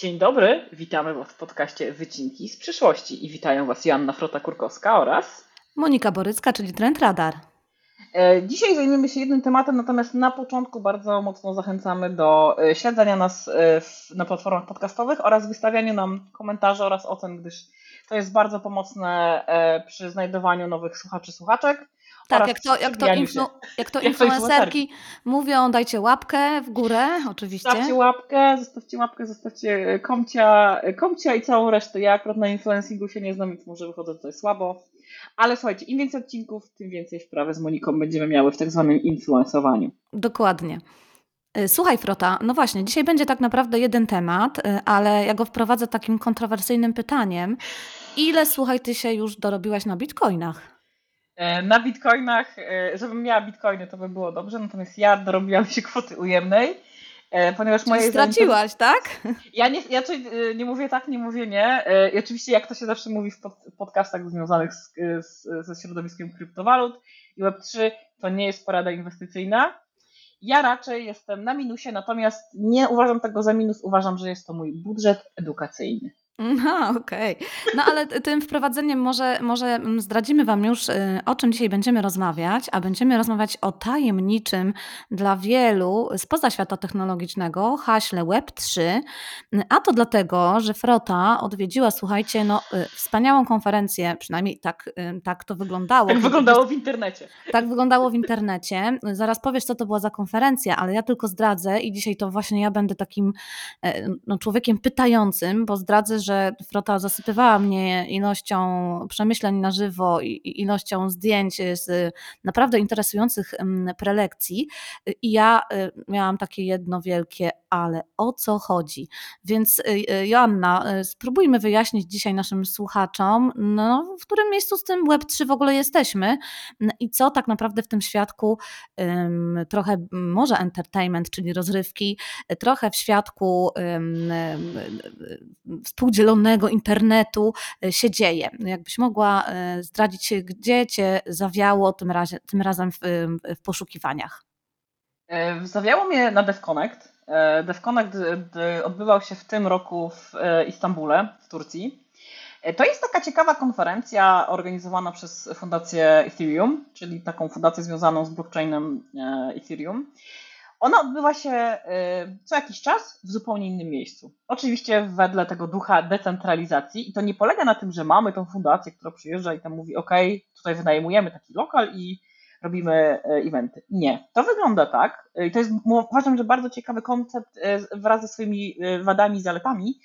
Dzień dobry, witamy Was w podcaście Wycinki z przyszłości i witają Was Joanna Frota-Kurkowska oraz Monika Borycka, czyli Trend Radar. Dzisiaj zajmiemy się jednym tematem, natomiast na początku bardzo mocno zachęcamy do śledzenia nas na platformach podcastowych oraz wystawiania nam komentarzy oraz ocen, gdyż to jest bardzo pomocne przy znajdowaniu nowych słuchaczy, słuchaczek Tak, oraz przy przebijaniu się. jak to Jak to influencerki mówią, dajcie łapkę w górę, oczywiście. Zostawcie łapkę, zostawcie komcia i całą resztę. Ja akurat na influencingu się nie znam, więc może wychodzę tutaj słabo. Ale słuchajcie, im więcej odcinków, tym więcej wprawy z Moniką będziemy miały w tak zwanym influencowaniu. Dokładnie. Słuchaj, Frota, no właśnie, dzisiaj będzie tak naprawdę jeden temat, ale ja go wprowadzę takim kontrowersyjnym pytaniem. Ile, słuchaj, ty się już dorobiłaś na bitcoinach? Na bitcoinach, żebym miała bitcoiny, to by było dobrze, natomiast ja dorobiłam się kwoty ujemnej, ponieważ Czyli moje straciłaś, tak? Ja nie mówię tak, nie mówię nie. I oczywiście, jak to się zawsze mówi w podcastach związanych ze środowiskiem kryptowalut i Web3, to nie jest porada inwestycyjna. Ja raczej jestem na minusie, natomiast nie uważam tego za minus, uważam, że jest to mój budżet edukacyjny. Aha, okej. No ale tym wprowadzeniem może zdradzimy Wam już, o czym dzisiaj będziemy rozmawiać, a będziemy rozmawiać o tajemniczym dla wielu spoza świata technologicznego haśle Web3, a to dlatego, że Frota odwiedziła, słuchajcie, wspaniałą konferencję, przynajmniej tak to wyglądało. Tak wyglądało w internecie. Tak wyglądało w internecie. Zaraz powiesz, co to była za konferencja, ale ja tylko zdradzę i dzisiaj to właśnie ja będę takim człowiekiem pytającym, bo zdradzę, że Frota zasypywała mnie ilością przemyśleń na żywo i ilością zdjęć z naprawdę interesujących prelekcji i ja miałam takie jedno wielkie ale o co chodzi? Więc Joanna, spróbujmy wyjaśnić dzisiaj naszym słuchaczom, w którym miejscu z tym Web3 w ogóle jesteśmy i co tak naprawdę w tym świadku trochę może entertainment, czyli rozrywki, trochę w świadku współdzielonego internetu się dzieje. Jakbyś mogła zdradzić, gdzie Cię zawiało tym razem w poszukiwaniach? Zawiało mnie na DevConnect. DevConnect odbywał się w tym roku w Istambule, w Turcji. To jest taka ciekawa konferencja organizowana przez Fundację Ethereum, czyli taką fundację związaną z blockchainem Ethereum. Ona odbywa się co jakiś czas w zupełnie innym miejscu. Oczywiście wedle tego ducha decentralizacji i to nie polega na tym, że mamy tą fundację, która przyjeżdża i tam mówi ok, tutaj wynajmujemy taki lokal i robimy eventy. Nie, to wygląda tak i to jest uważam, że bardzo ciekawy koncept wraz ze swoimi wadami i zaletami.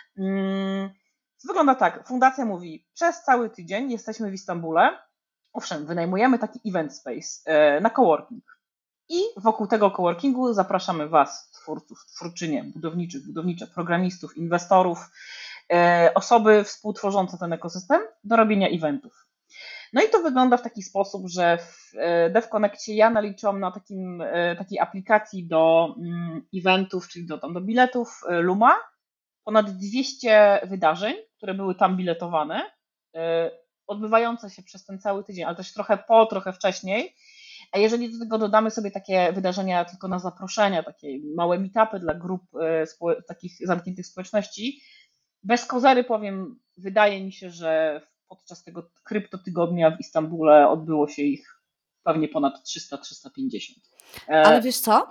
Wygląda tak, fundacja mówi, przez cały tydzień jesteśmy w Istambule, owszem, wynajmujemy taki event space na coworking i wokół tego coworkingu zapraszamy Was, twórców, twórczynie, budownicze, programistów, inwestorów, osoby współtworzące ten ekosystem do robienia eventów. No i to wygląda w taki sposób, że w DevConnectie ja naliczyłam na takiej aplikacji do eventów, czyli do biletów Luma, ponad 200 wydarzeń, które były tam biletowane, odbywające się przez ten cały tydzień, ale też trochę wcześniej. A jeżeli do tego dodamy sobie takie wydarzenia tylko na zaproszenia, takie małe meetupy dla grup takich zamkniętych społeczności, bez kozery powiem, wydaje mi się, że podczas tego kryptotygodnia w Istambule odbyło się ich pewnie ponad 300-350. Ale wiesz co,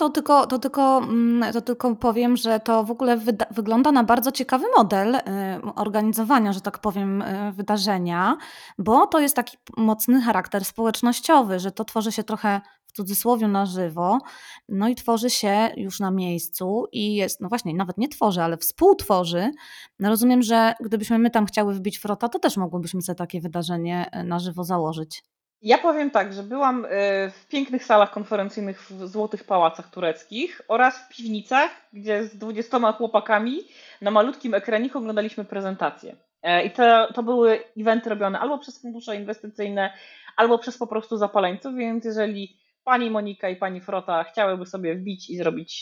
to tylko powiem, że to w ogóle wygląda na bardzo ciekawy model organizowania, że tak powiem, wydarzenia, bo to jest taki mocny charakter społecznościowy, że to tworzy się trochę w cudzysłowie na żywo, no i tworzy się już na miejscu i jest, no właśnie, nawet nie tworzy, ale współtworzy. No rozumiem, że gdybyśmy my tam chciały wbić Frota, to też mogłybyśmy sobie takie wydarzenie na żywo założyć. Ja powiem tak, że byłam w pięknych salach konferencyjnych w złotych pałacach tureckich oraz w piwnicach, gdzie z 20 chłopakami na malutkim ekraniku oglądaliśmy prezentacje. I to były eventy robione albo przez fundusze inwestycyjne, albo przez po prostu zapaleńców, więc jeżeli pani Monika i pani Frota chciałyby sobie wbić i zrobić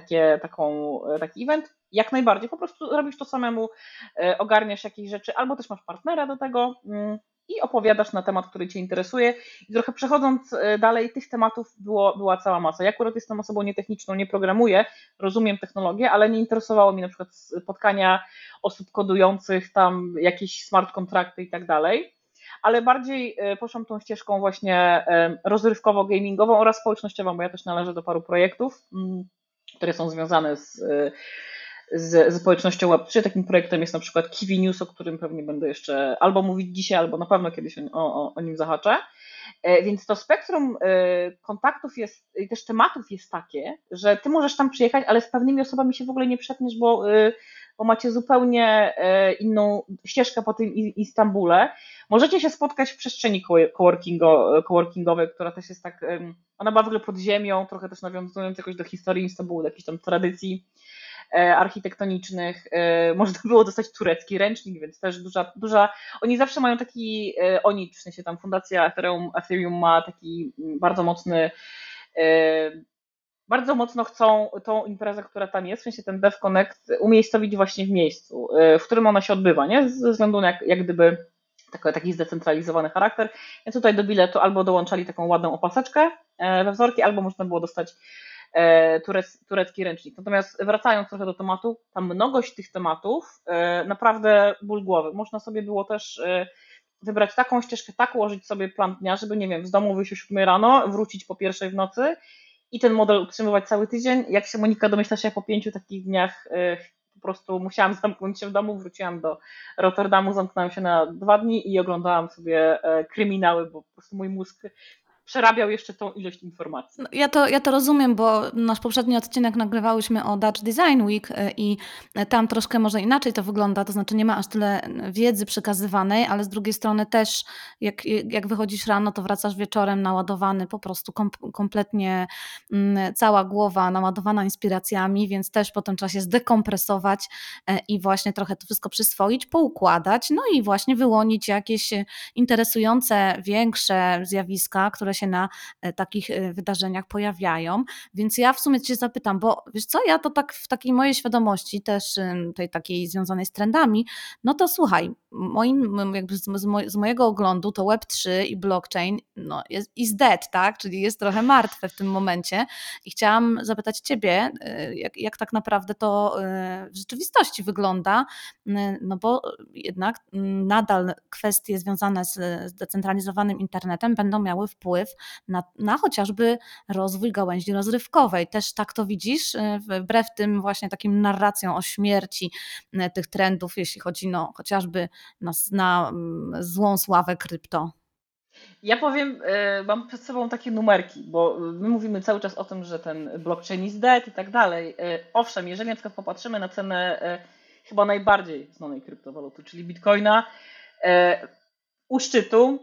taki event, jak najbardziej, po prostu robisz to samemu, ogarniasz jakieś rzeczy, albo też masz partnera do tego, i opowiadasz na temat, który Cię interesuje. I trochę przechodząc dalej, tych tematów była cała masa. Ja akurat jestem osobą nietechniczną, nie programuję, rozumiem technologię, ale nie interesowało mnie na przykład spotkania osób kodujących, tam jakieś smart kontrakty i tak dalej. Ale bardziej poszłam tą ścieżką właśnie rozrywkowo-gamingową oraz społecznościową, bo ja też należę do paru projektów, które są związane z społecznością Web3. Takim projektem jest na przykład Kiwi News, o którym pewnie będę jeszcze albo mówić dzisiaj, albo na pewno kiedyś o nim zahaczę. Więc to spektrum kontaktów jest i też tematów jest takie, że ty możesz tam przyjechać, ale z pewnymi osobami się w ogóle nie przetniesz, bo macie zupełnie inną ścieżkę po tym Istambule. Możecie się spotkać w przestrzeni coworkingowej, która też jest tak, ona była w ogóle pod ziemią, trochę też nawiązując jakoś do historii Istambułu, do jakichś tam tradycji architektonicznych. Można było dostać turecki ręcznik, więc też duża. Oni zawsze mają taki, w sensie tam fundacja Ethereum ma taki bardzo mocno chcą tą imprezę, która tam jest, w sensie ten Dev Connect umiejscowić właśnie w miejscu, w którym ona się odbywa, nie? Ze względu na jak gdyby taki zdecentralizowany charakter. Więc tutaj do biletu albo dołączali taką ładną opaseczkę we wzorki, albo można było dostać turecki ręcznik. Natomiast wracając trochę do tematu, ta mnogość tych tematów naprawdę ból głowy. Można sobie było też wybrać taką ścieżkę, tak ułożyć sobie plan dnia, żeby nie wiem, z domu wyjść o 7 rano, wrócić po 1 w nocy i ten model utrzymywać cały tydzień. Jak się Monika domyśla się, po 5 takich dniach po prostu musiałam zamknąć się w domu, wróciłam do Rotterdamu, zamknęłam się na 2 dni i oglądałam sobie kryminały, bo po prostu mój mózg przerabiał jeszcze tą ilość informacji. No, ja to rozumiem, bo nasz poprzedni odcinek nagrywałyśmy o Dutch Design Week i tam troszkę może inaczej to wygląda, to znaczy nie ma aż tyle wiedzy przekazywanej, ale z drugiej strony też jak wychodzisz rano, to wracasz wieczorem naładowany, po prostu kompletnie cała głowa naładowana inspiracjami, więc też potem trzeba się zdekompresować i właśnie trochę to wszystko przyswoić, poukładać, no i właśnie wyłonić jakieś interesujące, większe zjawiska, które się na takich wydarzeniach pojawiają, więc ja w sumie Cię zapytam, bo wiesz co, ja to tak w takiej mojej świadomości też tej takiej związanej z trendami, no to słuchaj, jakby z mojego oglądu to Web3 i blockchain no is dead, tak, czyli jest trochę martwe w tym momencie i chciałam zapytać Ciebie, jak tak naprawdę to w rzeczywistości wygląda, no bo jednak nadal kwestie związane z zdecentralizowanym internetem będą miały wpływ na chociażby rozwój gałęzi rozrywkowej. Też tak to widzisz, wbrew tym właśnie takim narracjom o śmierci tych trendów, jeśli chodzi no, chociażby na złą sławę krypto? Ja powiem, mam przed sobą takie numerki, bo my mówimy cały czas o tym, że ten blockchain is dead i tak dalej. Owszem, jeżeli na przykład popatrzymy na cenę chyba najbardziej znanej kryptowaluty, czyli Bitcoina, u szczytu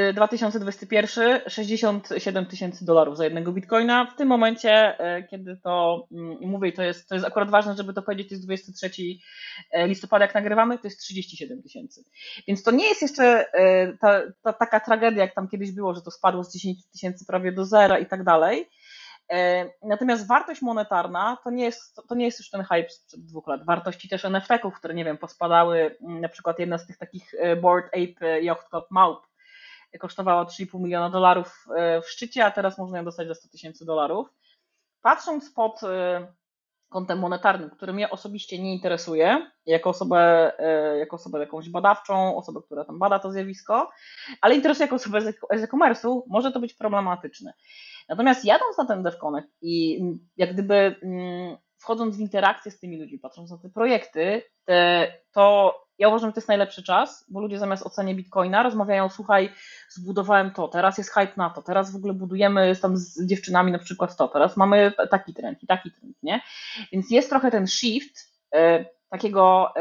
2021 $67 000 za jednego bitcoina. W tym momencie, kiedy to mówię, to jest akurat ważne, żeby to powiedzieć, to jest 23 listopada, jak nagrywamy, to jest 37 000. Więc to nie jest jeszcze ta taka tragedia, jak tam kiedyś było, że to spadło z 10 000 prawie do zera i tak dalej. Natomiast wartość monetarna to nie jest już ten hype sprzed 2 lat. Wartości też NFT-ków, które nie wiem, pospadały, na przykład jedna z tych takich Bored Ape Yacht Club Maup kosztowała $3,5 miliona w szczycie, a teraz można ją dostać za $100,000. Patrząc pod kątem monetarnym, który mnie osobiście nie interesuje, jako osobę jakąś badawczą, osobę, która tam bada to zjawisko, ale interesuje jako osobę z e-commerce'u, może to być problematyczne. Natomiast jadąc na ten DevConnect i jak gdyby wchodząc w interakcję z tymi ludźmi, patrząc na te projekty, to ja uważam, że to jest najlepszy czas, bo ludzie zamiast o cenie Bitcoina rozmawiają, słuchaj, zbudowałem to, teraz jest hype na to, teraz w ogóle budujemy tam z dziewczynami na przykład to, teraz mamy taki trend, nie? Więc jest trochę ten shift takiego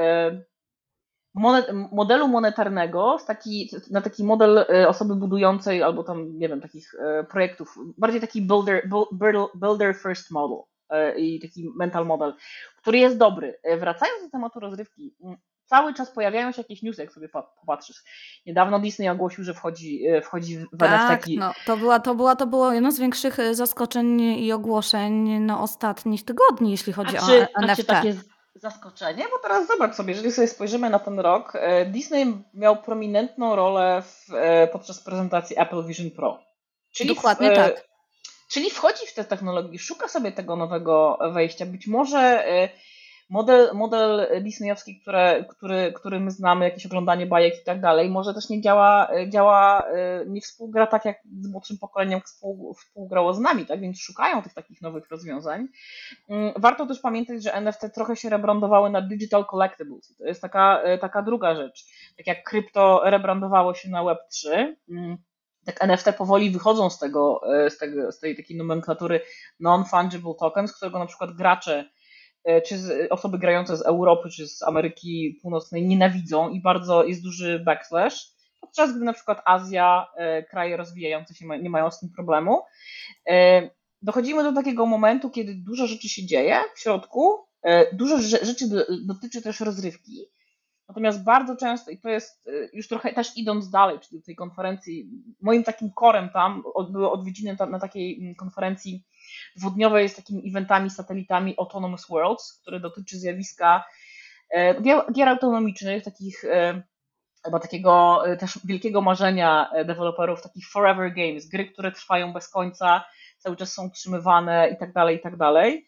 modelu monetarnego na taki model osoby budującej albo tam, nie wiem, takich projektów, bardziej taki builder first model i taki mental model, który jest dobry. Wracając do tematu rozrywki, cały czas pojawiają się jakieś newsy, jak sobie popatrzysz. Niedawno Disney ogłosił, że wchodzi w Tak, NFT. no, to było jedno z większych zaskoczeń i ogłoszeń no, ostatnich tygodni, jeśli chodzi o NFT. Zaskoczenie, bo teraz zobacz sobie, jeżeli sobie spojrzymy na ten rok, Disney miał prominentną rolę podczas prezentacji Apple Vision Pro. Czyli Dokładnie tak. Czyli wchodzi w te technologie, szuka sobie tego nowego wejścia. Być może model disneyowski, który my znamy, jakieś oglądanie bajek i tak dalej, może też nie nie współgra tak jak z młodszym pokoleniem współgrało z nami, tak? Więc szukają tych takich nowych rozwiązań. Warto też pamiętać, że NFT trochę się rebrandowały na Digital Collectibles. To jest taka druga rzecz. Tak jak krypto rebrandowało się na Web3, tak NFT powoli wychodzą z tej takiej nomenklatury non-fungible tokens, którego na przykład gracze, czy osoby grające z Europy, czy z Ameryki Północnej nienawidzą i bardzo jest duży backslash, podczas gdy na przykład Azja, kraje rozwijające się nie mają z tym problemu. Dochodzimy do takiego momentu, kiedy dużo rzeczy się dzieje w środku, dużo rzeczy dotyczy też rozrywki. Natomiast bardzo często, i to jest już trochę też idąc dalej, czyli do tej konferencji, moim takim korem tam były odwiedziny na takiej konferencji dwudniowej z takimi eventami, satelitami Autonomous Worlds, który dotyczy zjawiska gier autonomicznych, takich chyba takiego też wielkiego marzenia deweloperów, takich forever games, gry, które trwają bez końca, cały czas są utrzymywane i tak dalej,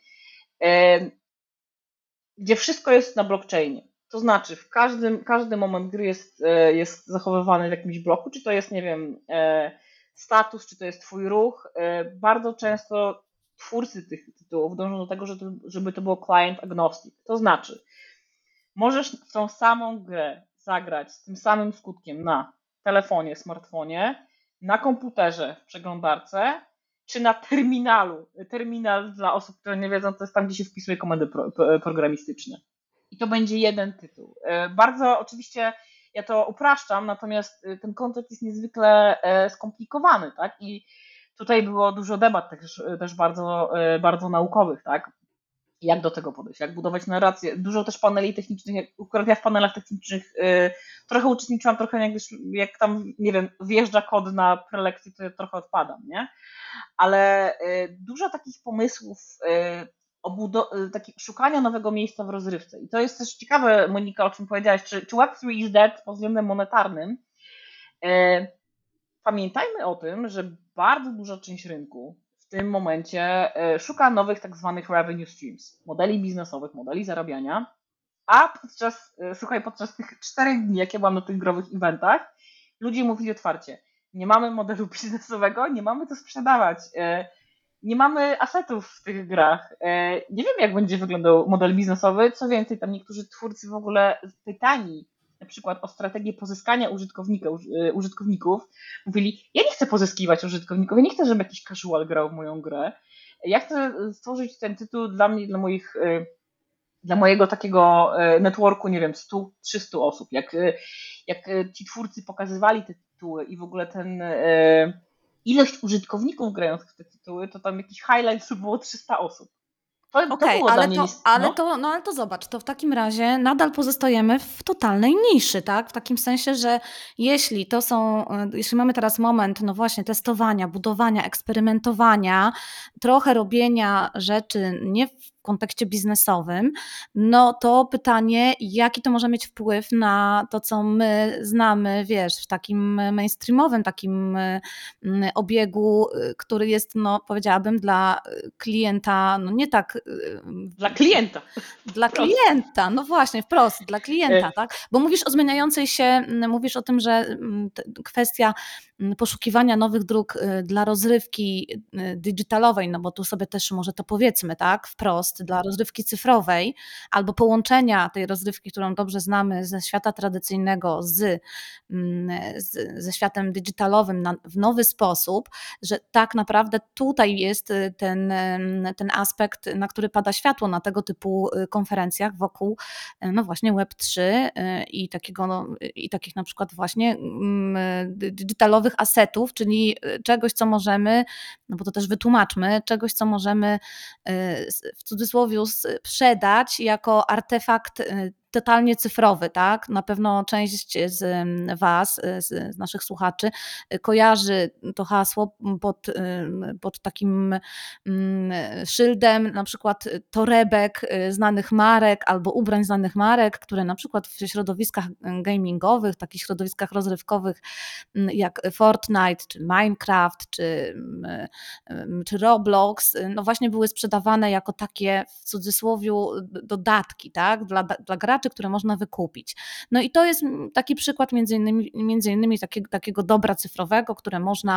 gdzie wszystko jest na blockchainie. To znaczy, każdy moment gry jest zachowywany w jakimś bloku, czy to jest, nie wiem, status, czy to jest twój ruch. Bardzo często twórcy tych tytułów dążą do tego, żeby to było client agnostic. To znaczy, możesz w tą samą grę zagrać z tym samym skutkiem na telefonie, smartfonie, na komputerze w przeglądarce, czy na terminalu. Terminal dla osób, które nie wiedzą, to jest tam, gdzie się wpisuje komendy programistyczne. I to będzie jeden tytuł. Bardzo oczywiście ja to upraszczam, natomiast ten koncept jest niezwykle skomplikowany, tak? I tutaj było dużo debat też bardzo naukowych, tak? Jak do tego podejść, jak budować narrację. Dużo też paneli technicznych, akurat ja w panelach technicznych trochę uczestniczyłam, trochę jak tam, nie wiem, wjeżdża kod na prelekcji, to ja trochę odpadam, nie? Ale dużo takich pomysłów szukania nowego miejsca w rozrywce. I to jest też ciekawe, Monika, o czym powiedziałaś, czy Web3 is dead pod względem monetarnym. Pamiętajmy o tym, że bardzo duża część rynku w tym momencie szuka nowych tak zwanych revenue streams, modeli biznesowych, modeli zarabiania, a podczas tych 4 dni, jakie byłam na tych growych eventach, ludzie mówili otwarcie, nie mamy modelu biznesowego, nie mamy co sprzedawać, nie mamy asetów w tych grach. Nie wiem, jak będzie wyglądał model biznesowy. Co więcej, tam niektórzy twórcy w ogóle pytani na przykład o strategię pozyskania użytkowników, mówili, ja nie chcę pozyskiwać użytkowników, ja nie chcę, żeby jakiś casual grał w moją grę. Ja chcę stworzyć ten tytuł dla mnie, dla mojego takiego networku, nie wiem, 100-300 osób. Jak ci twórcy pokazywali te tytuły i w ogóle ilość użytkowników grających w te tytuły, to tam jakiś highlight było 300 osób. To było dla mnie ale to zobacz, to w takim razie nadal pozostajemy w totalnej niszy, tak? W takim sensie, że jeśli mamy teraz moment, no właśnie, testowania, budowania, eksperymentowania, trochę robienia rzeczy nie w kontekście biznesowym, no to pytanie, jaki to może mieć wpływ na to, co my znamy, wiesz, w takim mainstreamowym, takim obiegu, który jest, no powiedziałabym, dla klienta, no nie tak... Dla klienta. Dla klienta, no właśnie, wprost, dla klienta, tak? Bo mówisz o tym, że kwestia poszukiwania nowych dróg dla rozrywki digitalowej, no bo tu sobie też może to powiedzmy, tak, wprost, dla rozrywki cyfrowej, albo połączenia tej rozrywki, którą dobrze znamy ze świata tradycyjnego ze światem digitalowym w nowy sposób, że tak naprawdę tutaj jest ten aspekt, na który pada światło na tego typu konferencjach wokół no właśnie Web3 i takich na przykład właśnie digitalowych asetów, czyli czegoś, co możemy, no bo to też wytłumaczmy, czegoś, co możemy w cudzysłowie sprzedać jako artefakt totalnie cyfrowy, tak? Na pewno część z Was, z naszych słuchaczy kojarzy to hasło pod takim szyldem na przykład torebek znanych marek albo ubrań znanych marek, które na przykład w środowiskach gamingowych, takich środowiskach rozrywkowych jak Fortnite, czy Minecraft, czy Roblox, no właśnie były sprzedawane jako takie w cudzysłowiu dodatki, tak, dla graczy, które można wykupić. No i to jest taki przykład między innymi takiego dobra cyfrowego, które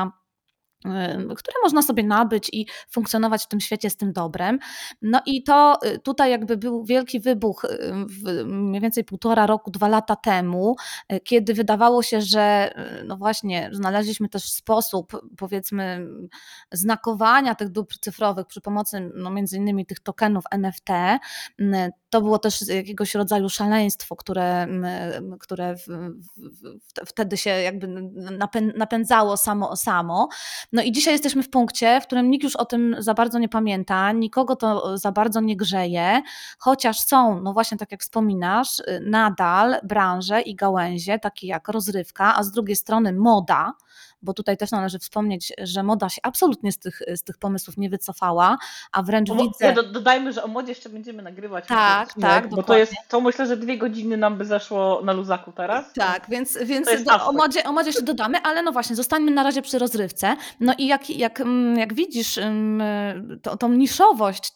można sobie nabyć i funkcjonować w tym świecie z tym dobrem. No i to tutaj jakby był wielki wybuch mniej więcej 1,5 roku, 2 lata temu, kiedy wydawało się, że no właśnie znaleźliśmy też sposób, powiedzmy, znakowania tych dóbr cyfrowych przy pomocy no między innymi tych tokenów NFT. To było też jakiegoś rodzaju szaleństwo, które wtedy się jakby napędzało samo. No i dzisiaj jesteśmy w punkcie, w którym nikt już o tym za bardzo nie pamięta, nikogo to za bardzo nie grzeje, chociaż są, no właśnie tak jak wspominasz, nadal branże i gałęzie, takie jak rozrywka, a z drugiej strony moda, bo tutaj też należy wspomnieć, że moda się absolutnie z tych pomysłów nie wycofała, a wręcz widzę... Dodajmy, że o modzie jeszcze będziemy nagrywać tak, odcinek, bo dokładnie. to myślę, że 2 godziny nam by zeszło na luzaku teraz. Tak, więc o modzie jeszcze dodamy, ale no właśnie, zostańmy na razie przy rozrywce. No i jak widzisz tą niszowość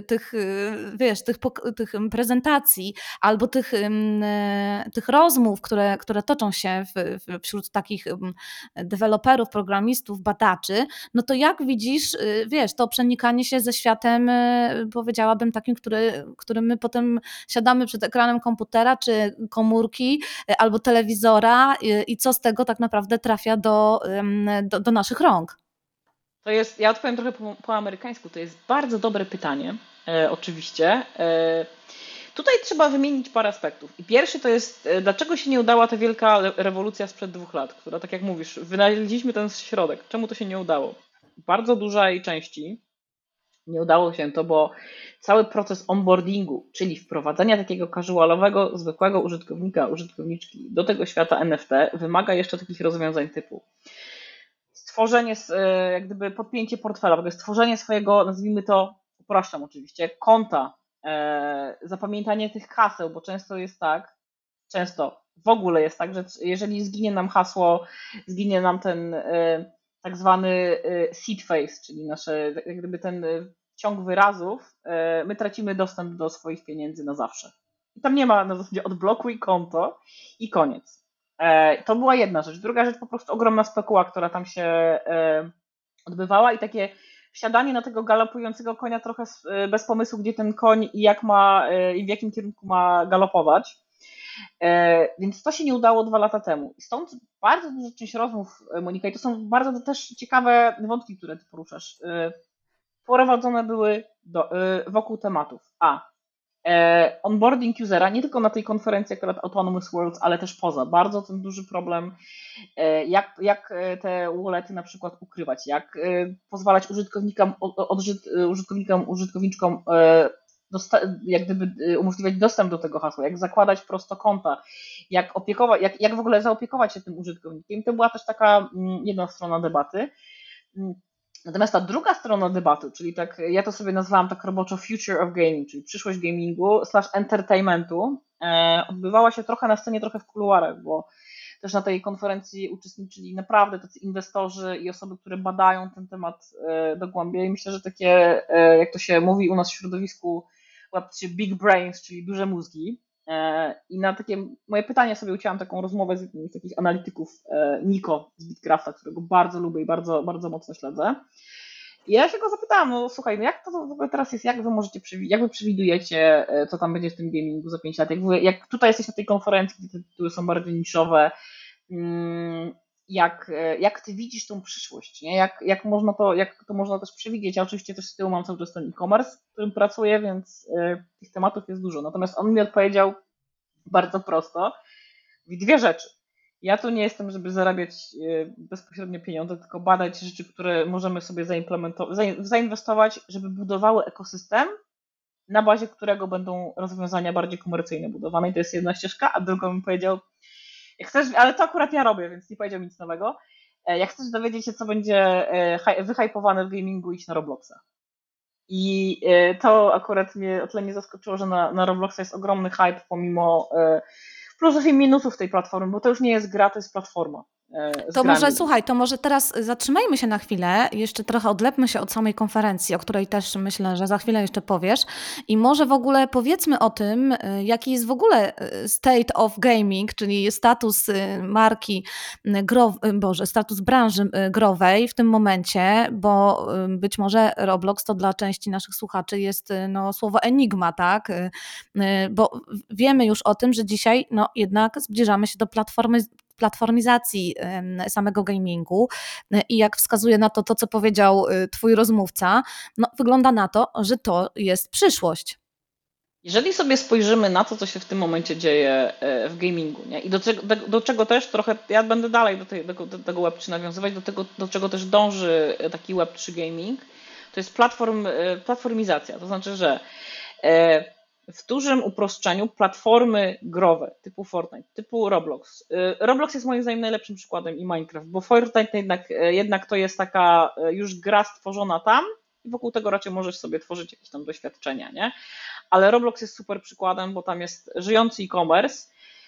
tych prezentacji albo tych rozmów, które toczą się wśród takich deweloperów, programistów, badaczy, no to jak widzisz, to przenikanie się ze światem, powiedziałabym takim, którym my potem siadamy przed ekranem komputera czy komórki albo telewizora i co z tego tak naprawdę trafia do naszych rąk? Ja odpowiem trochę po amerykańsku, to jest bardzo dobre pytanie, oczywiście. Tutaj trzeba wymienić parę aspektów. I pierwszy to jest, dlaczego się nie udała ta wielka rewolucja sprzed 2 lat, która, tak jak mówisz, wynaleźliśmy ten środek. Czemu to się nie udało? W bardzo dużej części nie udało się to, bo cały proces onboardingu, czyli wprowadzenia takiego casualowego, zwykłego użytkownika, użytkowniczki do tego świata NFT wymaga jeszcze takich rozwiązań typu stworzenie, jak gdyby podpięcie portfela, w ogóle stworzenie swojego, nazwijmy to, upraszczam oczywiście, konta, zapamiętanie tych haseł, bo często w ogóle jest tak, że jeżeli zginie nam hasło, zginie nam ten tak zwany seed phrase, czyli nasze, jak gdyby ten ciąg wyrazów, my tracimy dostęp do swoich pieniędzy na zawsze. I tam nie ma na zasadzie odblokuj konto i koniec. To była jedna rzecz. Druga rzecz, po prostu ogromna spekuła, która tam się odbywała i takie wsiadanie na tego galopującego konia trochę bez pomysłu, gdzie ten koń i w jakim kierunku ma galopować. Więc to się nie udało 2 lata temu. I stąd bardzo duża część rozmów, Monika, i to są bardzo też ciekawe wątki, które ty poruszasz, prowadzone były wokół tematów. Onboarding usera, nie tylko na tej konferencji akurat Autonomous Worlds, ale też poza. Bardzo ten duży problem, jak te wallety na przykład ukrywać, jak pozwalać użytkowniczkom jak gdyby umożliwiać dostęp do tego hasła, jak zakładać prostokonta, jak w ogóle zaopiekować się tym użytkownikiem. To była też taka jedna strona debaty. Natomiast ta druga strona debaty, czyli tak, ja to sobie nazwałam tak roboczo Future of Gaming, czyli przyszłość gamingu / entertainmentu, odbywała się trochę na scenie, trochę w kuluarach, bo też na tej konferencji uczestniczyli naprawdę tacy inwestorzy i osoby, które badają ten temat dogłębnie. I myślę, że takie, jak to się mówi u nas w środowisku, łapcie big brains, czyli duże mózgi. I na takie moje pytanie sobie ucięłam taką rozmowę z jednym z takich analityków, Niko z Bitcrafta, którego bardzo lubię i bardzo, bardzo mocno śledzę. I ja się go zapytałam, no słuchaj, no jak to w ogóle teraz jest, jak wy przewidujecie, co tam będzie w tym gamingu za 5 lat? Jak tutaj jesteś na tej konferencji, gdzie te tytuły są bardziej niszowe, jak ty widzisz tą przyszłość, nie? Jak to można też przewidzieć? Ja oczywiście też z tyłu mam cały czas ten e-commerce, w którym pracuję, więc tych tematów jest dużo. Natomiast on mi odpowiedział bardzo prosto, mówi 2 rzeczy. Ja tu nie jestem, żeby zarabiać bezpośrednio pieniądze, tylko badać rzeczy, które możemy sobie zainwestować, żeby budowały ekosystem, na bazie którego będą rozwiązania bardziej komercyjne budowane. I to jest jedna ścieżka, a drugą bym powiedział, jak chcesz, ale to akurat ja robię, więc nie powiedział nic nowego. Jak chcesz dowiedzieć się, co będzie wyhypowane w gamingu, idź na Robloxa. I to akurat mnie o tyle nie zaskoczyło, że na Robloxa jest ogromny hype pomimo plusów i minusów tej platformy, bo to już nie jest gra, to jest platforma. To może, słuchaj, to może teraz zatrzymajmy się na chwilę, jeszcze trochę odlepmy się od samej konferencji, o której też myślę, że za chwilę jeszcze powiesz i może w ogóle powiedzmy o tym, jaki jest w ogóle state of gaming, czyli status marki, status branży growej w tym momencie, bo być może Roblox to dla części naszych słuchaczy jest słowo enigma, tak? Bo wiemy już o tym, że dzisiaj jednak zbliżamy się do platformizacji samego gamingu i jak wskazuje na to, co powiedział twój rozmówca, wygląda na to, że to jest przyszłość. Jeżeli sobie spojrzymy na to, co się w tym momencie dzieje w gamingu, nie? I do czego też trochę, ja będę dalej do tego Web3 nawiązywać, do czego też dąży taki Web3 gaming, to jest platformizacja. To znaczy, że w dużym uproszczeniu platformy growe typu Fortnite, typu Roblox. Roblox jest moim zdaniem najlepszym przykładem i Minecraft, bo Fortnite jednak to jest taka już gra stworzona tam i wokół tego raczej możesz sobie tworzyć jakieś tam doświadczenia, nie? Ale Roblox jest super przykładem, bo tam jest żyjący e-commerce.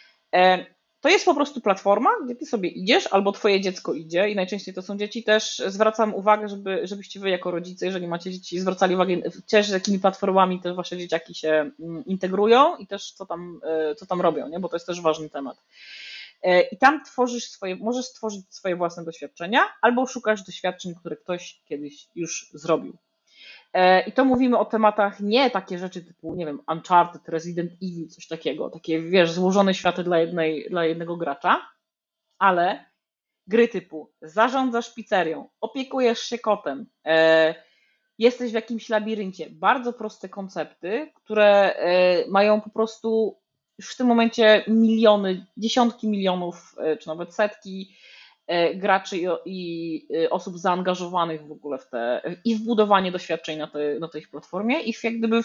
To jest po prostu platforma, gdzie ty sobie idziesz, albo twoje dziecko idzie i najczęściej to są dzieci. Też zwracam uwagę, żebyście wy jako rodzice, jeżeli macie dzieci, zwracali uwagę też, z jakimi platformami te wasze dzieciaki się integrują i też co tam robią, nie? Bo to jest też ważny temat. I tam możesz stworzyć swoje własne doświadczenia, albo szukasz doświadczeń, które ktoś kiedyś już zrobił. I to mówimy o tematach nie takie rzeczy typu, nie wiem, Uncharted, Resident Evil, coś takiego, takie, wiesz, złożone światy dla jednego gracza, ale gry typu zarządzasz pizzerią, opiekujesz się kotem, jesteś w jakimś labiryncie, bardzo proste koncepty, które mają po prostu już w tym momencie miliony, dziesiątki milionów, czy nawet setki graczy i osób zaangażowanych w ogóle w budowanie doświadczeń na tej platformie i jak gdyby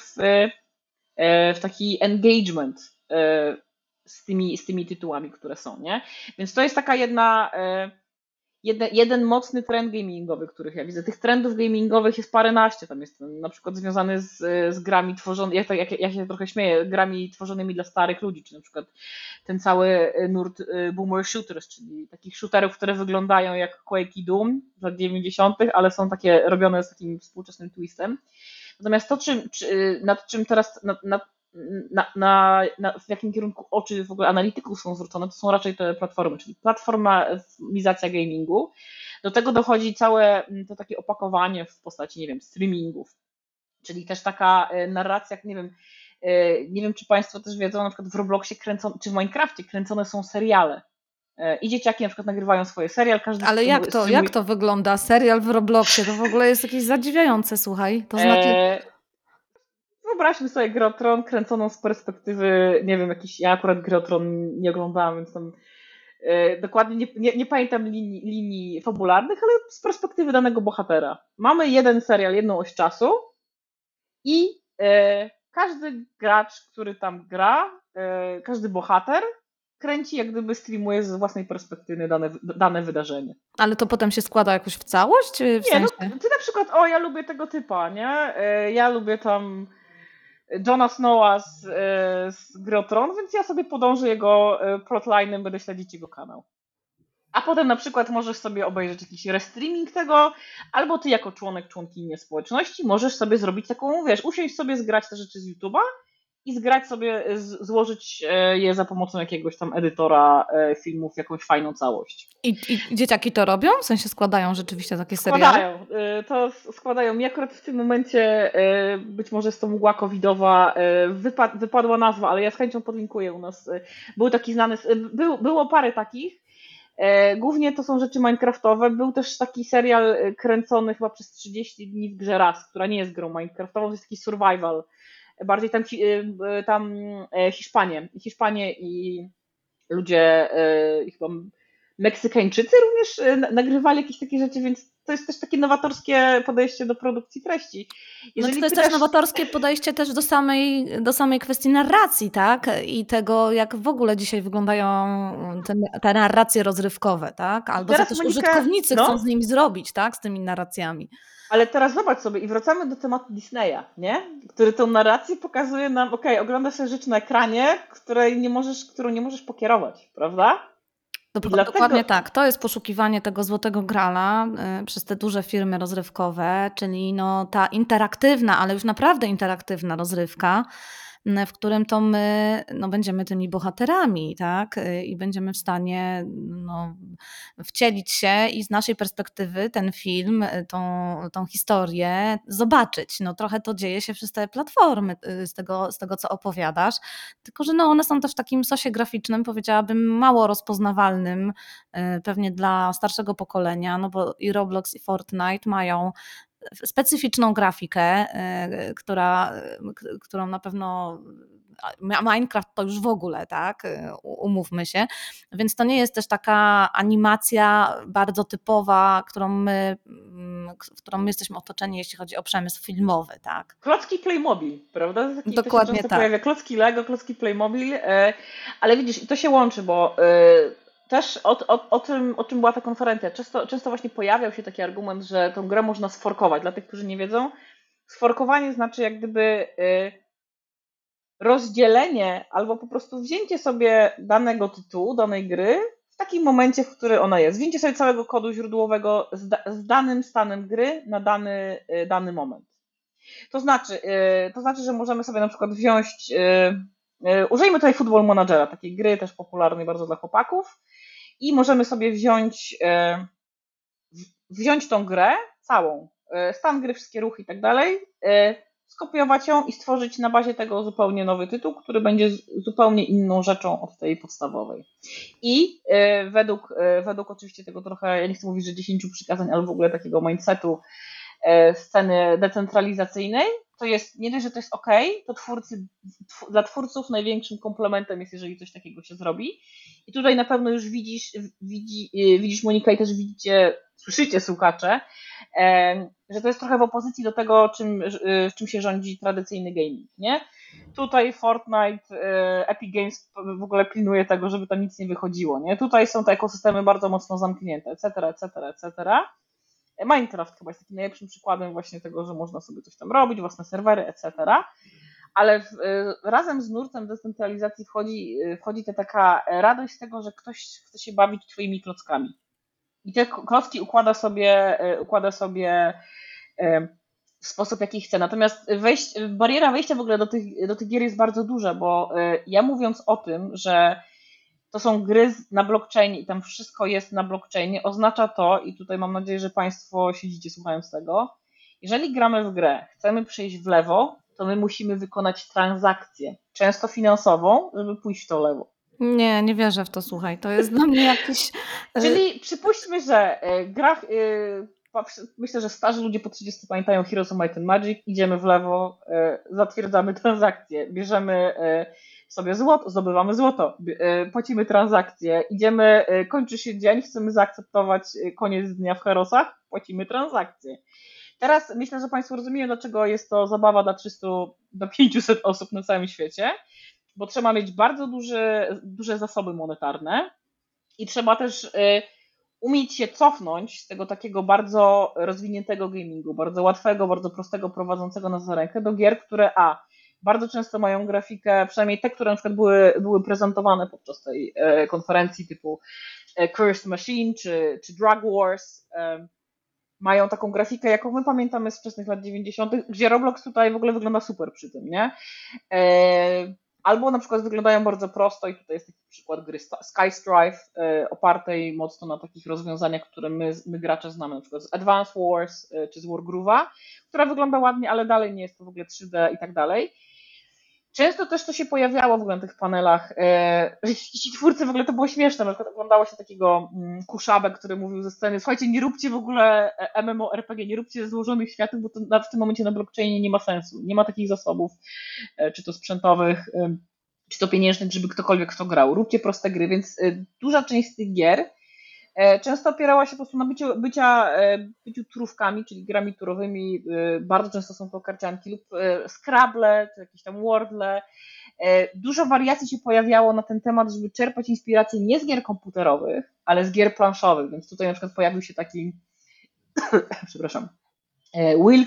w taki engagement z tymi tytułami, które są, nie? Więc to jest taka jeden mocny trend gamingowy, których ja widzę. Tych trendów gamingowych jest paręnaście, tam jest na przykład związany z grami tworzonymi, ja się trochę śmieję, grami tworzonymi dla starych ludzi, czy na przykład ten cały nurt boomer shooters, czyli takich shooterów, które wyglądają jak Quake i Doom z lat 90., ale są takie robione z takim współczesnym twistem. Natomiast to, nad czym teraz, w jakim kierunku oczy w ogóle analityków są zwrócone, to są raczej te platformy, czyli platformizacja gamingu. Do tego dochodzi całe to takie opakowanie w postaci, nie wiem, streamingów, czyli też taka narracja, nie wiem, czy Państwo też wiedzą, na przykład w Robloxie czy w Minecrafcie kręcone są seriale. I dzieciaki na przykład nagrywają swoje serial. Ale jak to wygląda? Serial w Robloxie? To w ogóle jest jakieś zadziwiające, słuchaj. To znaczy... Wyobraźmy sobie Grę o Tron kręconą z perspektywy, nie wiem, ja akurat Grę o Tron nie oglądałam, więc tam dokładnie nie pamiętam linii fabularnych, ale z perspektywy danego bohatera. Mamy jeden serial, jedną oś czasu i każdy gracz, który tam gra, każdy bohater kręci, jak gdyby streamuje z własnej perspektywy dane wydarzenie. Ale to potem się składa jakoś w całość? W sensie? Ty na przykład, ja lubię tego typa, nie? Ja lubię tam Jona Snowa z Gry o Tron, więc ja sobie podążę jego plotline'em, będę śledzić jego kanał. A potem na przykład możesz sobie obejrzeć jakiś restreaming tego, albo ty jako członkini społeczności możesz sobie zrobić taką, usiąść sobie, zgrać te rzeczy z YouTube'a i zgrać sobie, złożyć je za pomocą jakiegoś tam edytora filmów w jakąś fajną całość. I dzieciaki to robią? W sensie składają rzeczywiście takie seriale? Składają. Mi akurat w tym momencie, być może jest to mgła covidowa, wypadła nazwa, ale ja z chęcią podlinkuję u nas. Był taki znany, było parę takich. Głównie to są rzeczy minecraftowe. Był też taki serial kręcony chyba przez 30 dni w grze Rust, która nie jest grą minecraftową, to jest taki survival. Bardziej tam Hiszpanie i ludzie, chyba Meksykańczycy również nagrywali jakieś takie rzeczy, więc to jest też takie nowatorskie podejście do produkcji treści. To jest też nowatorskie podejście też do samej kwestii narracji, tak? I tego, jak w ogóle dzisiaj wyglądają te narracje rozrywkowe, tak? Albo co też użytkownicy chcą z nimi zrobić, tak? Z tymi narracjami. Ale teraz zobacz sobie i wracamy do tematu Disneya, nie? Który tą narrację pokazuje nam, oglądasz sobie rzecz na ekranie, którą nie możesz pokierować, prawda? Dokładnie tak. To jest poszukiwanie tego złotego grala przez te duże firmy rozrywkowe, czyli ta interaktywna, ale już naprawdę interaktywna rozrywka, w którym to my będziemy tymi bohaterami, tak? I będziemy w stanie wcielić się i z naszej perspektywy ten film, tą historię zobaczyć. Trochę to dzieje się przez te platformy z tego co opowiadasz, tylko że one są też w takim sosie graficznym, powiedziałabym, mało rozpoznawalnym pewnie dla starszego pokolenia, bo i Roblox i Fortnite mają specyficzną grafikę, którą na pewno Minecraft to już w ogóle, tak, umówmy się, więc to nie jest też taka animacja bardzo typowa, w którą my jesteśmy otoczeni, jeśli chodzi o przemysł filmowy, tak. Klocki Playmobil, prawda? Dokładnie to się tak. Pojawia. Klocki Lego, klocki Playmobil, ale widzisz, i to się łączy, bo też o czym była ta konferencja. Często właśnie pojawiał się taki argument, że tą grę można sforkować. Dla tych, którzy nie wiedzą, sforkowanie znaczy jak gdyby rozdzielenie albo po prostu wzięcie sobie danego tytułu, danej gry w takim momencie, w którym ona jest. Wzięcie sobie całego kodu źródłowego z danym stanem gry na dany moment. To znaczy, że możemy sobie na przykład wziąć, użyjmy tutaj Football Managera, takiej gry też popularnej bardzo dla chłopaków, i możemy sobie wziąć tą grę całą, stan gry, wszystkie ruchy i tak dalej, skopiować ją i stworzyć na bazie tego zupełnie nowy tytuł, który będzie zupełnie inną rzeczą od tej podstawowej. I według oczywiście tego trochę, ja nie chcę mówić, że 10 przykazań, ale w ogóle takiego mindsetu sceny decentralizacyjnej, to jest, nie dość, że to jest to dla twórców największym komplementem jest, jeżeli coś takiego się zrobi. I tutaj na pewno już widzisz Monika, i też słyszycie, słuchacze, że to jest trochę w opozycji do tego, czym się rządzi tradycyjny gaming, nie? Tutaj Fortnite, Epic Games w ogóle pilnuje tego, żeby tam nic nie wychodziło, nie? Tutaj są te ekosystemy bardzo mocno zamknięte, etc. Minecraft chyba jest takim najlepszym przykładem właśnie tego, że można sobie coś tam robić, własne serwery, etc. Ale razem z nurtem decentralizacji wchodzi ta taka radość z tego, że ktoś chce się bawić twoimi klockami. I te klocki układa sobie w sposób, jaki chce. Natomiast bariera wejścia w ogóle do tych gier jest bardzo duża, bo ja mówiąc o tym, że to są gry na blockchainie i tam wszystko jest na blockchainie, oznacza to, i tutaj mam nadzieję, że Państwo siedzicie słuchając tego, jeżeli gramy w grę, chcemy przejść w lewo, to my musimy wykonać transakcję, często finansową, żeby pójść w to lewo. Nie wierzę w to, słuchaj, to jest dla mnie jakiś... Czyli przypuśćmy, że myślę, że starzy ludzie po 30 pamiętają Heroes of Might and Magic, idziemy w lewo, zatwierdzamy transakcję, bierzemy sobie złoto, zdobywamy złoto, płacimy transakcję, kończy się dzień, chcemy zaakceptować koniec dnia w Herosach, płacimy transakcję. Teraz myślę, że Państwo rozumieją, dlaczego jest to zabawa dla 300 do 500 osób na całym świecie, bo trzeba mieć bardzo duże zasoby monetarne i trzeba też umieć się cofnąć z tego takiego bardzo rozwiniętego gamingu, bardzo łatwego, bardzo prostego, prowadzącego nas za rękę do gier, które bardzo często mają grafikę, przynajmniej te, które na przykład były prezentowane podczas tej konferencji typu Cursed Machine czy Drug Wars, mają taką grafikę, jaką my pamiętamy z wczesnych lat 90., gdzie Roblox tutaj w ogóle wygląda super przy tym, nie? Albo na przykład wyglądają bardzo prosto i tutaj jest taki przykład gry Skystrife, opartej mocno na takich rozwiązaniach, które my gracze znamy, na przykład z Advance Wars czy z Wargroove'a, która wygląda ładnie, ale dalej nie jest to w ogóle 3D i tak dalej. Często też to się pojawiało w ogóle na tych panelach, że ci twórcy w ogóle to było śmieszne, na przykład oglądało się takiego Kuszabę, który mówił ze sceny, słuchajcie, nie róbcie w ogóle MMORPG, nie róbcie złożonych światów, bo to w tym momencie na blockchainie nie ma sensu, nie ma takich zasobów, czy to sprzętowych, czy to pieniężnych, żeby ktokolwiek w to grał. Róbcie proste gry, więc duża część z tych gier Często opierała się po prostu na byciu turówkami, czyli grami turowymi. Bardzo często są to karcianki lub Scrabble, czy jakieś tam Wordle. Dużo wariacji się pojawiało na ten temat, żeby czerpać inspirację nie z gier komputerowych, ale z gier planszowych, więc tutaj na przykład pojawił się taki przepraszam, Will,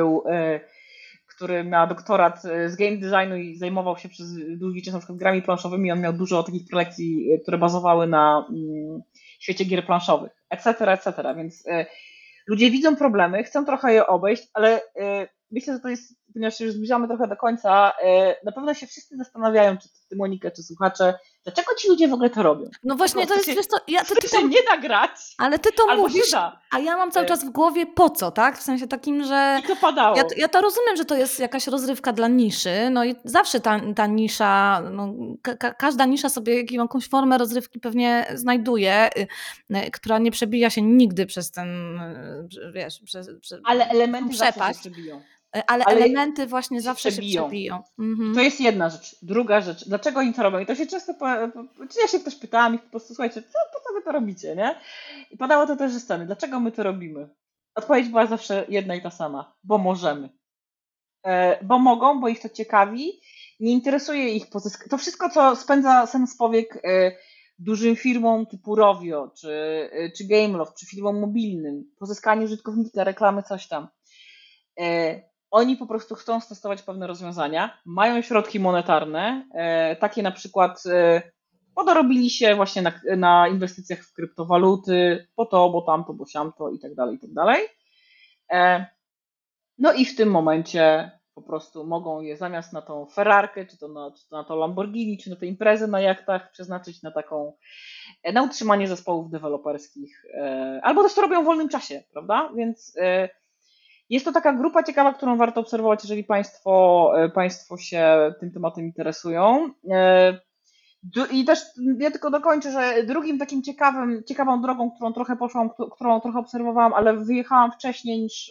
który miał doktorat z game designu i zajmował się przez długi czas na przykład grami planszowymi. On miał dużo takich prelekcji, które bazowały na świecie gier planszowych, etc. Więc ludzie widzą problemy, chcą trochę je obejść, ale myślę, że to jest, ponieważ się już zbliżamy trochę do końca, na pewno się wszyscy zastanawiają, czy ty, Monika, czy słuchacze, dlaczego ci ludzie w ogóle to robią? No właśnie, to jest, wiesz co, ty się nie da grać, ale ty to albo mówisz, się da. a ja mam cały czas w głowie po co, tak? W sensie takim, że I to padało. ja to rozumiem, że to jest jakaś rozrywka dla niszy, no i zawsze ta nisza, no, każda nisza sobie jakąś formę rozrywki pewnie znajduje, która nie przebija się nigdy przez ten, wiesz, ale elementy przepaść. zawsze się przebiją. Ale elementy właśnie zawsze się przebiją. Mhm. To jest jedna rzecz. Druga rzecz, dlaczego oni to robią? I to się często, czy ja się też pytałam ich po prostu, słuchajcie, po co wy to robicie, nie? I padało to też ze sceny. Dlaczego my to robimy? Odpowiedź była zawsze jedna i ta sama. Bo możemy. Bo mogą, bo ich to ciekawi. Nie interesuje ich to wszystko, co spędza sens powiek dużym firmom typu Rovio, czy Gameloft, czy firmom mobilnym, pozyskanie użytkownika, reklamy, coś tam. Oni po prostu chcą testować pewne rozwiązania, mają środki monetarne, takie na przykład podorobili się właśnie na inwestycjach w kryptowaluty, po to, bo tamto, bo siamto i tak dalej. No i w tym momencie po prostu mogą je zamiast na tą Ferrarkę, czy to na to Lamborghini, czy na te imprezy na jachtach przeznaczyć na utrzymanie zespołów deweloperskich, albo też to robią w wolnym czasie, prawda? Więc jest to taka grupa ciekawa, którą warto obserwować, jeżeli Państwo się tym tematem interesują. I też ja tylko dokończę, że drugim takim ciekawą drogą, którą trochę poszłam, którą trochę obserwowałam, ale wyjechałam wcześniej niż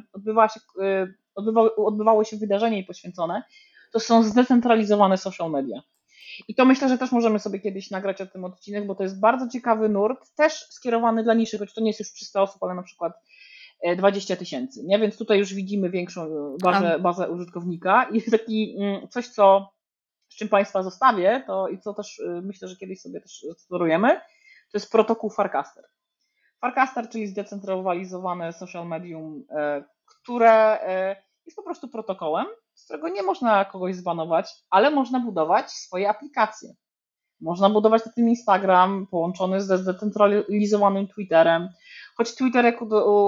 odbywało się wydarzenie jej poświęcone, to są zdecentralizowane social media. I to myślę, że też możemy sobie kiedyś nagrać o tym odcinek, bo to jest bardzo ciekawy nurt, też skierowany dla niszy, choć to nie jest już 300 osób, ale na przykład 20 000, nie? Więc tutaj już widzimy większą bazę użytkownika i taki coś, z czym Państwa zostawię, to i co też myślę, że kiedyś sobie też eksplorujemy, to jest protokół Farcaster. Farcaster, czyli zdecentralizowane social medium, które jest po prostu protokołem, z którego nie można kogoś zbanować, ale można budować swoje aplikacje. Można budować na tym Instagram połączony ze zdecentralizowanym Twitterem, choć Twitter, jak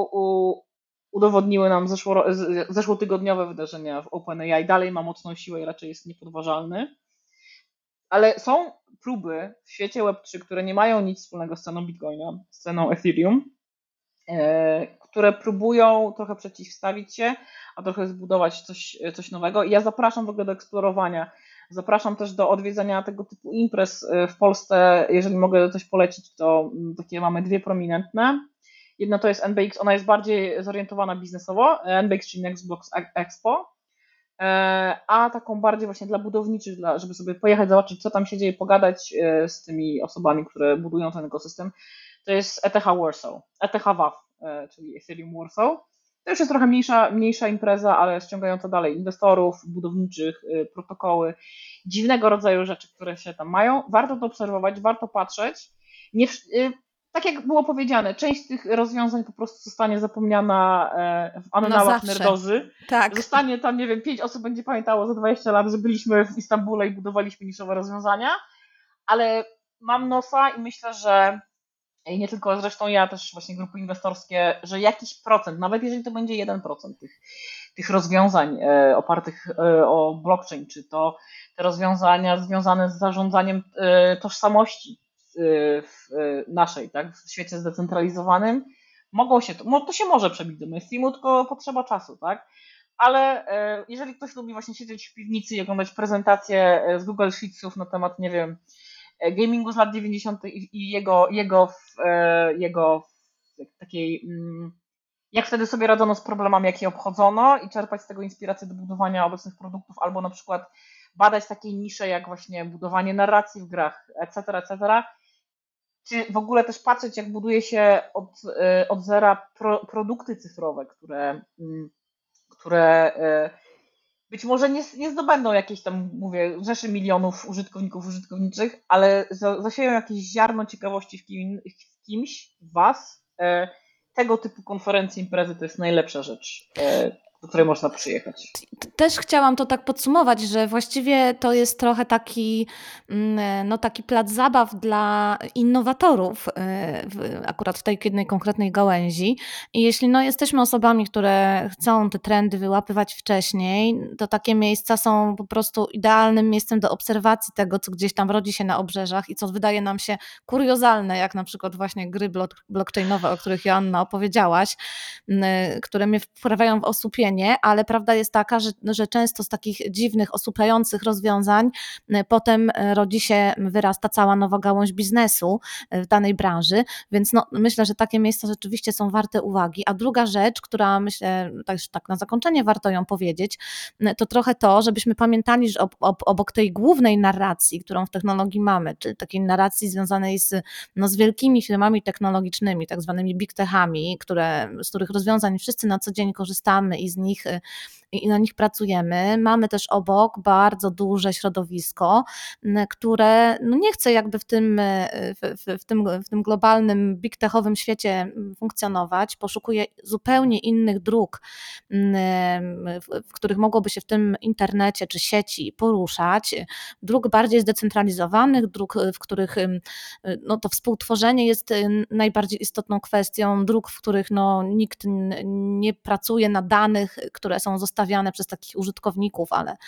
udowodniły nam zeszłotygodniowe wydarzenia w OpenAI, dalej ma mocną siłę i raczej jest niepodważalny. Ale są próby w świecie Web3, które nie mają nic wspólnego z ceną Bitcoina, z ceną Ethereum, które próbują trochę przeciwstawić się, a trochę zbudować coś nowego. I ja zapraszam w ogóle do eksplorowania. Zapraszam też do odwiedzania tego typu imprez w Polsce. Jeżeli mogę coś polecić, to takie mamy dwie prominentne. Jedna to jest NBX, ona jest bardziej zorientowana biznesowo, NBX, czyli Nextbox Expo, a taką bardziej właśnie dla budowniczych, żeby sobie pojechać, zobaczyć, co tam się dzieje, pogadać z tymi osobami, które budują ten ekosystem, to jest ETH Warsaw, ETH WAF, czyli Ethereum Warsaw. To już jest trochę mniejsza impreza, ale ściągająca dalej inwestorów, budowniczych, protokoły, dziwnego rodzaju rzeczy, które się tam mają. Warto to obserwować, warto patrzeć. Tak jak było powiedziane, część z tych rozwiązań po prostu zostanie zapomniana w annałach nerdozy. Tak. Zostanie tam, nie wiem, 5 osób będzie pamiętało za 20 lat, że byliśmy w Istambule i budowaliśmy niszowe rozwiązania, ale mam nosa i myślę, że i nie tylko zresztą ja, też właśnie grupy inwestorskie, że jakiś procent, nawet jeżeli to będzie 1% tych rozwiązań opartych o blockchain, czy to te rozwiązania związane z zarządzaniem tożsamości naszej, tak, w świecie zdecentralizowanym, to się może przebić do mainstreamu, tylko potrzeba czasu, tak? Ale jeżeli ktoś lubi właśnie siedzieć w piwnicy i oglądać prezentacje z Google Sheetsów na temat, nie wiem, gamingu z lat 90. i jego takiej, jak wtedy sobie radzono z problemami, jakie obchodzono i czerpać z tego inspirację do budowania obecnych produktów, albo na przykład badać takie nisze jak właśnie budowanie narracji w grach, etc., czy w ogóle też patrzeć, jak buduje się od zera produkty cyfrowe, które być może nie zdobędą jakiejś tam, mówię, rzeszy milionów użytkowników, użytkowniczych, ale zasieją jakieś ziarno ciekawości w kimś, w was. Tego typu konferencje, imprezy to jest najlepsza rzecz, do której można przyjechać. Też chciałam to tak podsumować, że właściwie to jest trochę taki, no taki plac zabaw dla innowatorów, akurat w tej jednej konkretnej gałęzi. I jeśli no jesteśmy osobami, które chcą te trendy wyłapywać wcześniej, to takie miejsca są po prostu idealnym miejscem do obserwacji tego, co gdzieś tam rodzi się na obrzeżach i co wydaje nam się kuriozalne, jak na przykład właśnie gry blockchainowe, o których Joanna opowiedziałaś, które mnie wprawiają w osłupienie, ale prawda jest taka, że często z takich dziwnych, osłupiających rozwiązań potem wyrasta cała nowa gałąź biznesu w danej branży, więc no, myślę, że takie miejsca rzeczywiście są warte uwagi. A druga rzecz, która myślę, tak na zakończenie warto ją powiedzieć, to trochę to, żebyśmy pamiętali, że obok tej głównej narracji, którą w technologii mamy, czyli takiej narracji związanej z wielkimi firmami technologicznymi, tak zwanymi big techami, z których rozwiązań wszyscy na co dzień korzystamy i na nich pracujemy. Mamy też obok bardzo duże środowisko, które no nie chce jakby w tym globalnym big techowym świecie funkcjonować, poszukuje zupełnie innych dróg, w których mogłoby się w tym internecie czy sieci poruszać, dróg bardziej zdecentralizowanych, dróg, w których no to współtworzenie jest najbardziej istotną kwestią, dróg, w których no nikt nie pracuje na danych, które są zostawiane przez takich użytkowników,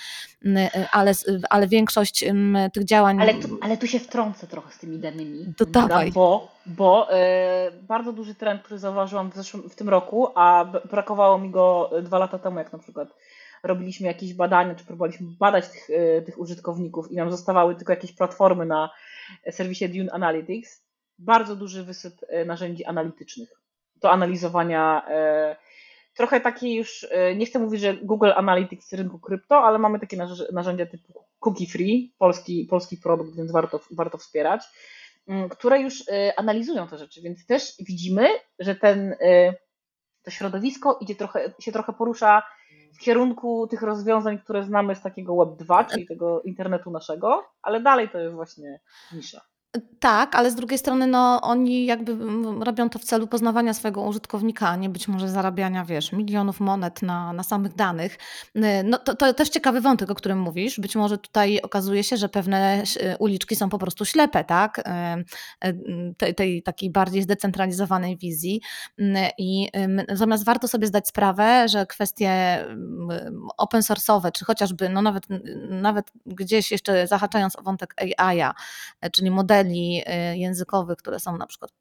ale większość tych działań... Ale tu się wtrącę trochę z tymi danymi. Dawaj. Bo bardzo duży trend, który zauważyłam w tym roku, a brakowało mi go 2 lata temu, jak na przykład robiliśmy jakieś badania, czy próbowaliśmy badać tych użytkowników i nam zostawały tylko jakieś platformy na serwisie Dune Analytics, bardzo duży wysyp narzędzi analitycznych do analizowania. Trochę takie już, nie chcę mówić, że Google Analytics z rynku krypto, ale mamy takie narzędzia typu Cookie Free, polski produkt, więc warto wspierać, które już analizują te rzeczy, więc też widzimy, że to środowisko się trochę porusza w kierunku tych rozwiązań, które znamy z takiego Web 2, czyli tego internetu naszego, ale dalej to jest właśnie nisza. Tak, ale z drugiej strony no, oni jakby robią to w celu poznawania swojego użytkownika, a nie być może zarabiania, wiesz, milionów monet na samych danych. No, to też ciekawy wątek, o którym mówisz. Być może tutaj okazuje się, że pewne uliczki są po prostu ślepe, tak? Tej takiej bardziej zdecentralizowanej wizji. I zamiast warto sobie zdać sprawę, że kwestie open source'owe, czy chociażby no nawet gdzieś jeszcze zahaczając o wątek AI-a, czyli modeli językowych, które są na przykład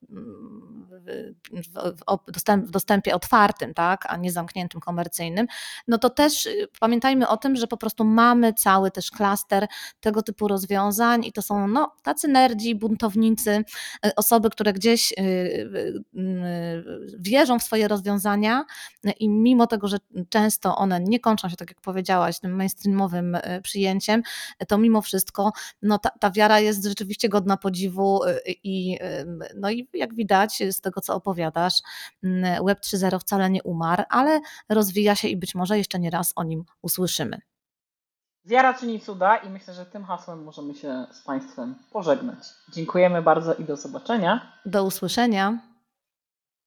w dostępie otwartym, tak, a nie zamkniętym, komercyjnym, no to też pamiętajmy o tym, że po prostu mamy cały też klaster tego typu rozwiązań i to są no, tacy nerdzi, buntownicy, osoby, które gdzieś wierzą w swoje rozwiązania i mimo tego, że często one nie kończą się, tak jak powiedziałaś, tym mainstreamowym przyjęciem, to mimo wszystko no, ta wiara jest rzeczywiście godna podziwu no i jak widać z tego, co opowiadasz, Web 3.0 wcale nie umarł, ale rozwija się i być może jeszcze nie raz o nim usłyszymy. Wiara czyni cuda i myślę, że tym hasłem możemy się z Państwem pożegnać. Dziękujemy bardzo i do zobaczenia. Do usłyszenia.